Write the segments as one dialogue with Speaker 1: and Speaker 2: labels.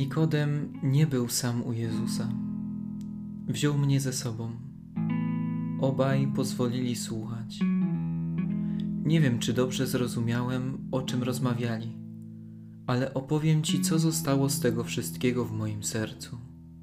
Speaker 1: Nikodem nie był sam u Jezusa. Wziął mnie ze sobą. Obaj pozwolili słuchać. Nie wiem, czy dobrze zrozumiałem, o czym rozmawiali, ale opowiem Ci, co zostało z tego wszystkiego w moim sercu.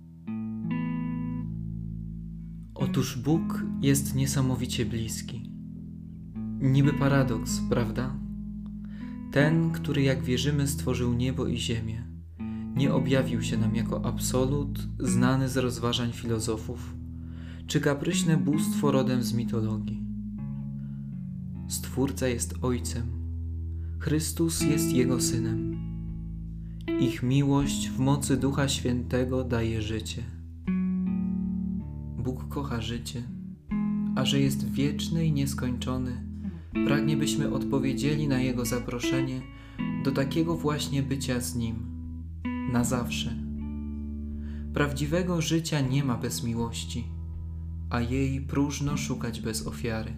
Speaker 1: Otóż Bóg jest niesamowicie bliski. Niby paradoks, prawda? Ten, który jak wierzymy stworzył niebo i ziemię, nie objawił się nam jako absolut znany z rozważań filozofów, czy kapryśne bóstwo rodem z mitologii. Stwórca jest Ojcem, Chrystus jest Jego Synem. Ich miłość w mocy Ducha Świętego daje życie. Bóg kocha życie, a że jest wieczny i nieskończony, pragnie, byśmy odpowiedzieli na Jego zaproszenie do takiego właśnie bycia z Nim, na zawsze. Prawdziwego życia nie ma bez miłości, a jej próżno szukać bez ofiary.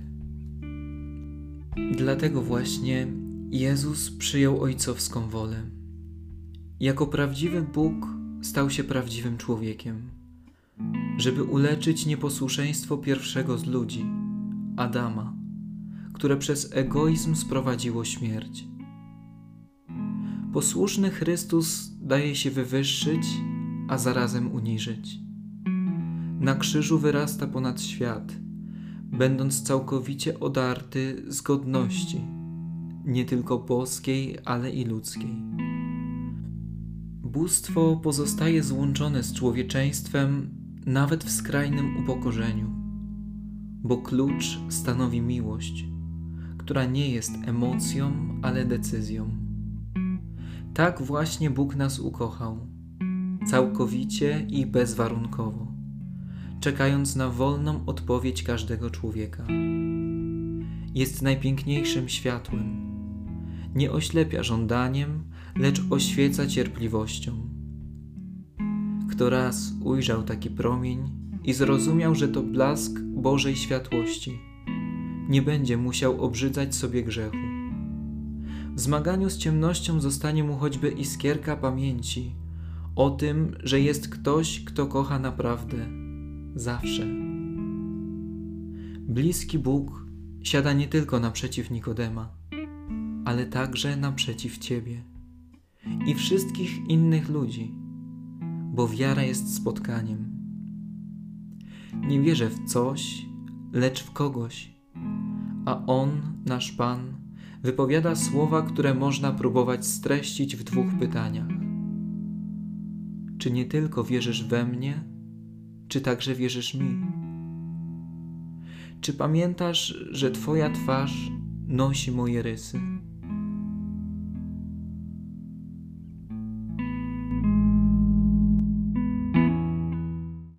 Speaker 1: Dlatego właśnie Jezus przyjął ojcowską wolę. Jako prawdziwy Bóg stał się prawdziwym człowiekiem, żeby uleczyć nieposłuszeństwo pierwszego z ludzi, Adama, które przez egoizm sprowadziło śmierć. Posłuszny Chrystus daje się wywyższyć, a zarazem uniżyć. Na krzyżu wyrasta ponad świat, będąc całkowicie odarty z godności, nie tylko boskiej, ale i ludzkiej. Bóstwo pozostaje złączone z człowieczeństwem nawet w skrajnym upokorzeniu, bo klucz stanowi miłość, która nie jest emocją, ale decyzją. Tak właśnie Bóg nas ukochał, całkowicie i bezwarunkowo, czekając na wolną odpowiedź każdego człowieka. Jest najpiękniejszym światłem. Nie oślepia żądaniem, lecz oświeca cierpliwością. Kto raz ujrzał taki promień i zrozumiał, że to blask Bożej światłości, nie będzie musiał obrzydzać sobie grzechu. W zmaganiu z ciemnością zostanie mu choćby iskierka pamięci o tym, że jest ktoś, kto kocha naprawdę, zawsze. Bliski Bóg siada nie tylko naprzeciw Nikodema, ale także naprzeciw Ciebie i wszystkich innych ludzi, bo wiara jest spotkaniem. Nie wierzę w coś, lecz w kogoś, a On, nasz Pan, wypowiada słowa, które można próbować streścić w dwóch pytaniach. Czy nie tylko wierzysz we mnie, czy także wierzysz mi? Czy pamiętasz, że Twoja twarz nosi moje rysy?